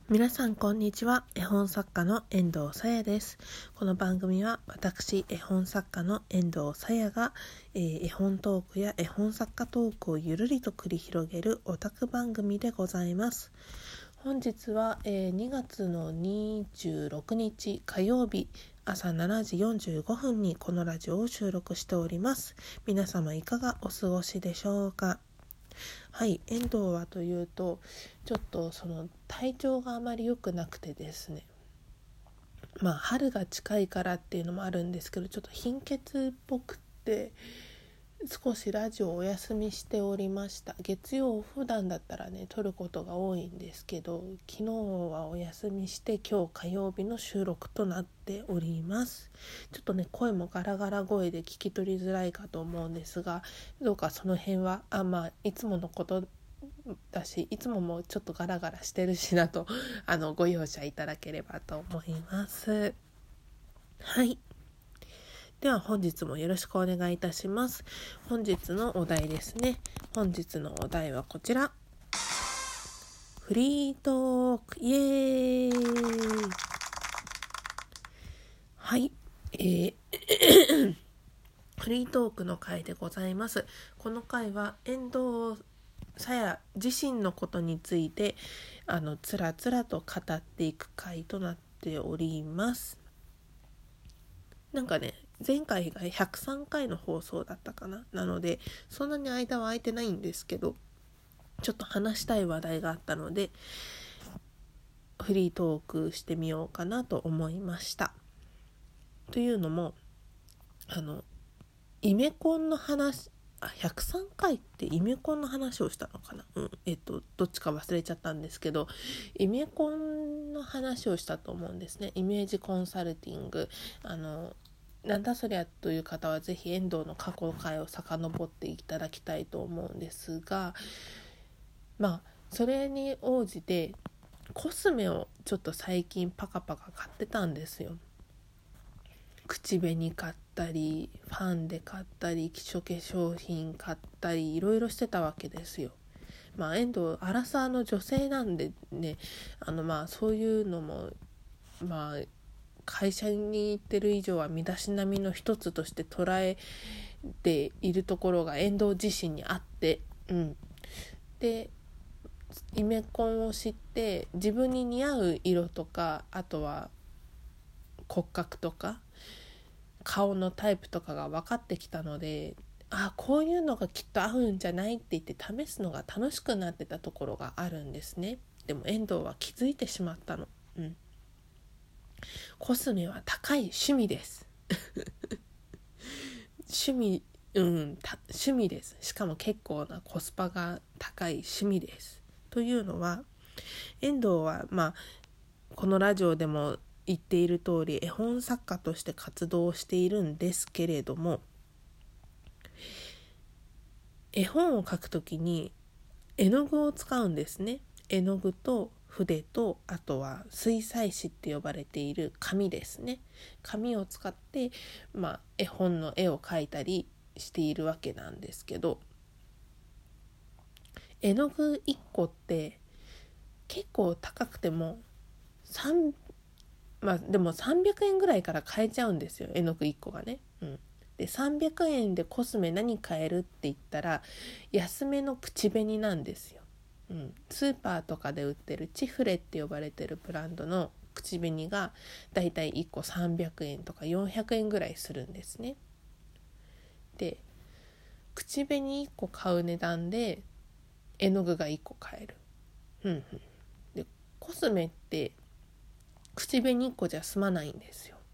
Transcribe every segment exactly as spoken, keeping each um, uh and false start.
皆さんこんにちは。絵本作家の遠藤さやです。この番組は私絵本作家の遠藤さやが、えー、絵本トークや絵本作家トークをゆるりと繰り広げるオタク番組でございます。本日は、えー、にがつのにじゅうろくにち火曜日朝しちじよんじゅうごふんにこのラジオを収録しております。皆様いかがお過ごしでしょうか。はい、遠藤はというとちょっとその体調があまり良くなくてですね、まあ春が近いからっていうのもあるんですけど、ちょっと貧血っぽくって少しラジオをお休みしておりました。月曜普段だったらね撮ることが多いんですけど、昨日はお休みして今日火曜日の収録となっております。ちょっとね声もガラガラ声で聞き取りづらいかと思うんですが、どうかその辺はあまあいつものことだし、いつももちょっとガラガラしてるしなとあのご容赦いただければと思います。はい、では本日もよろしくお願いいたします。本日のお題ですね。本日のお題はこちら。フリートークイエーイ。はい、えー、フリートークの回でございます。この回は遠藤さや自身のことについてあのつらつらと語っていく回となっております。なんかね前回がひゃくさんかいの放送だったかな。なのでそんなに間は空いてないんですけど、ちょっと話したい話題があったのでフリートークしてみようかなと思いました。というのもあのイメコンの話、あひゃくさんかいってイメコンの話をしたのかな、うんえっとどっちか忘れちゃったんですけど、イメコンの話をしたと思うんですね。イメージコンサルティング、あのなんだそりゃという方はぜひ遠藤の過去回を遡っていただきたいと思うんですが、まあそれに応じてコスメをちょっと最近パカパカ買ってたんですよ。口紅買ったりファンデ買ったり基礎化粧品買ったりいろいろしてたわけですよ。まあ遠藤アラサーの女性なんでね、あのまあそういうのもまあ会社に行ってる以上は身だしなみの一つとして捉えているところが遠藤自身にあって、うん、でイメコンを知って自分に似合う色とか、あとは骨格とか顔のタイプとかが分かってきたので、あこういうのがきっと合うんじゃないって言って試すのが楽しくなってたところがあるんですね。でも遠藤は気づいてしまったの。うんコスメは高い趣味です趣味うん趣味です。しかも結構なコスパが高い趣味です。というのは遠藤はまあこのラジオでも言っている通り絵本作家として活動しているんですけれども、絵本を描くときに絵の具を使うんですね。絵の具と筆と、あとは水彩紙って呼ばれている紙ですね。紙を使って、まあ、絵本の絵を描いたりしているわけなんですけど、絵の具いっこって結構高くても3まあでもさんびゃくえんぐらいから買えちゃうんですよ、絵の具いっこがね。うん、でさんびゃくえんでコスメ何買えるって言ったら安めの口紅なんですよ。うん、スーパーとかで売ってるチフレって呼ばれてるブランドの口紅がだいたいいっこさんびゃくえんとかよんひゃくえんぐらいするんですね。で口紅いっこ買う値段で絵の具がいっこ買える。うんうん、でコスメって口紅いっこじゃ済まないんですよ。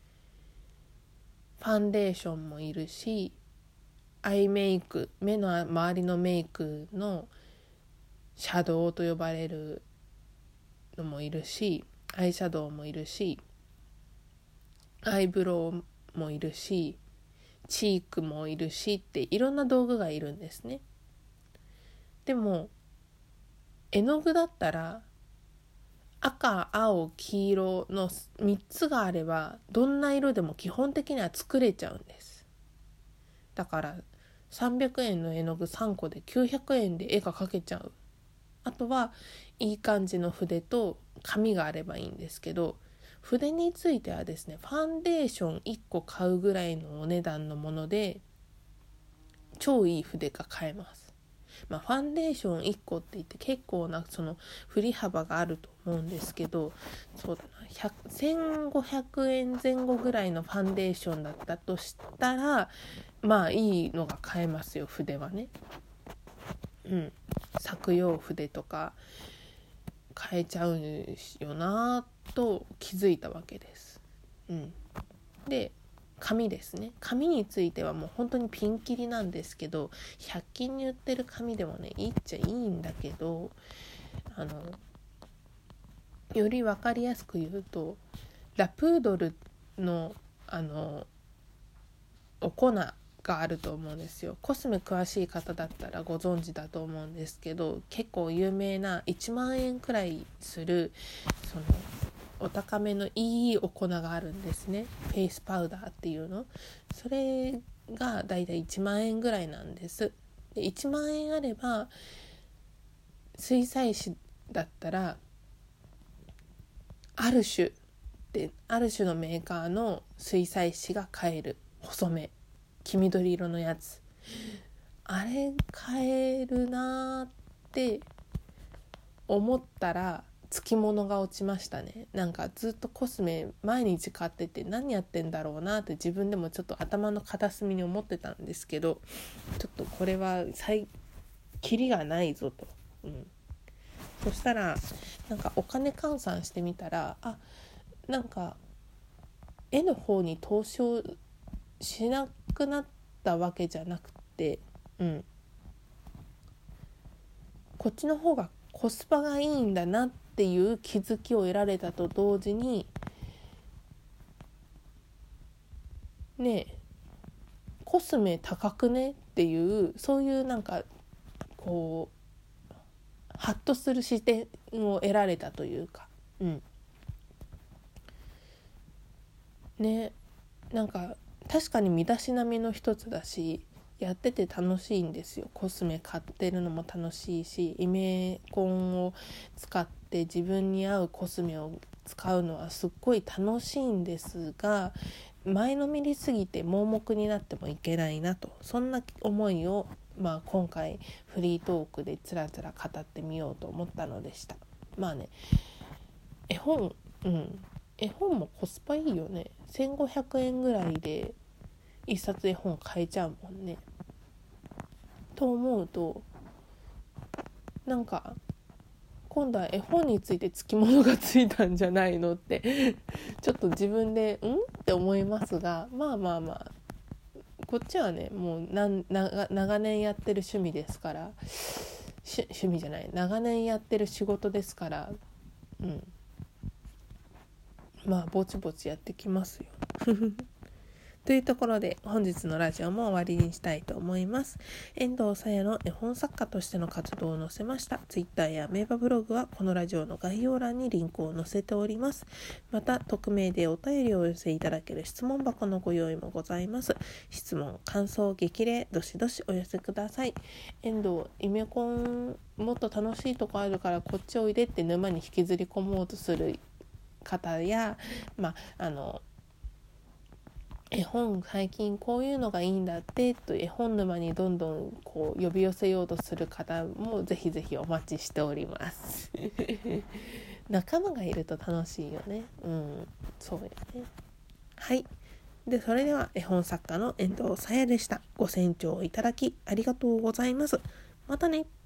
ファンデーションもいるし、アイメイク、目の周りのメイクのシャドウと呼ばれるのもいるし、アイシャドウもいるし、アイブロウもいるし、チークもいるしっていろんな道具がいるんですね。でも絵の具だったら赤、青、黄色のみっつがあればどんな色でも基本的には作れちゃうんです。だからさんびゃくえんの絵の具さんこできゅうひゃくえんで絵が描けちゃう。 あとはいい感じの筆と紙があればいいんですけど、筆についてはですね、ファンデーションいっこ買うぐらいのお値段のもので超いい筆が買えます。まあ、ファンデーションいっこって言って結構なその振り幅があると思うんですけど、そうだな、せんごひゃくえんぜん後ぐらいのファンデーションだったとしたら、まあいいのが買えますよ、筆はね。うん、削用筆とか買えちゃうよなと気づいたわけです。うん、で紙ですね。紙についてはもう本当にピンキリなんですけど、ひゃく均に売ってる紙でもね、いいっちゃいいんだけど、あのより分かりやすく言うと、ラプードルのあのお粉があると思うんですよ。コスメ詳しい方だったらご存知だと思うんですけど、結構有名ないちまんえんくらいするそのお高めのいいお粉があるんですね。フェイスパウダーっていうの。それがだいたいいちまんえんぐらいなんです。でいちまんえんあれば、水彩紙だったらある種である種のメーカーの水彩紙が買える。細め黄緑色のやつ、あれ買えるなって思ったらつきものが落ちましたね。なんかずっとコスメ毎日買ってて何やってんだろうなって自分でもちょっと頭の片隅に思ってたんですけど、ちょっとこれは最キリがないぞと、うん、そしたらなんかお金換算してみたら、あ、なんか絵の方に投資をしなくなったわけじゃなくて、うん、こっちの方がコスパがいいんだなっていう気づきを得られたと同時に、ねえコスメ高くねっていう、そういうなんかこうハッとする視点を得られたというか、うんね、なんか確かに身だしなみの一つだし、やってて楽しいんですよ。コスメ買ってるのも楽しいし、イメコンを使って自分に合うコスメを使うのはすっごい楽しいんですが、前のめりすぎて盲目になってもいけないなと、そんな思いを、まあ、今回フリートークでつらつら語ってみようと思ったのでした。まあね、絵本、うん絵本もコスパいいよね。せんごひゃくえんぐらいで一冊絵本買えちゃうもんね。と思うと、なんか今度は絵本についてつきものがついたんじゃないのってちょっと自分でんって思いますが、まあまあまあこっちはね、もうなんな長年やってる趣味ですから、趣味じゃない長年やってる仕事ですから、うんまあぼちぼちやってきますよというところで本日のラジオも終わりにしたいと思います。遠藤さやの絵本作家としての活動を載せましたツイッターやメーバブログはこのラジオの概要欄にリンクを載せております。また匿名でお便りをお寄せいただける質問箱のご用意もございます。質問、感想、激励どしどしお寄せください。遠藤イメコンもっと楽しいとこあるからこっちおいでって沼に引きずり込もうとする方や、まああの絵本最近こういうのがいいんだってと絵本沼にどんどんこう呼び寄せようとする方もぜひぜひお待ちしております仲間がいると楽しいよね。うんそうよね。はいでそれでは絵本作家の遠藤さやでした。ご清聴いただきありがとうございます。またね。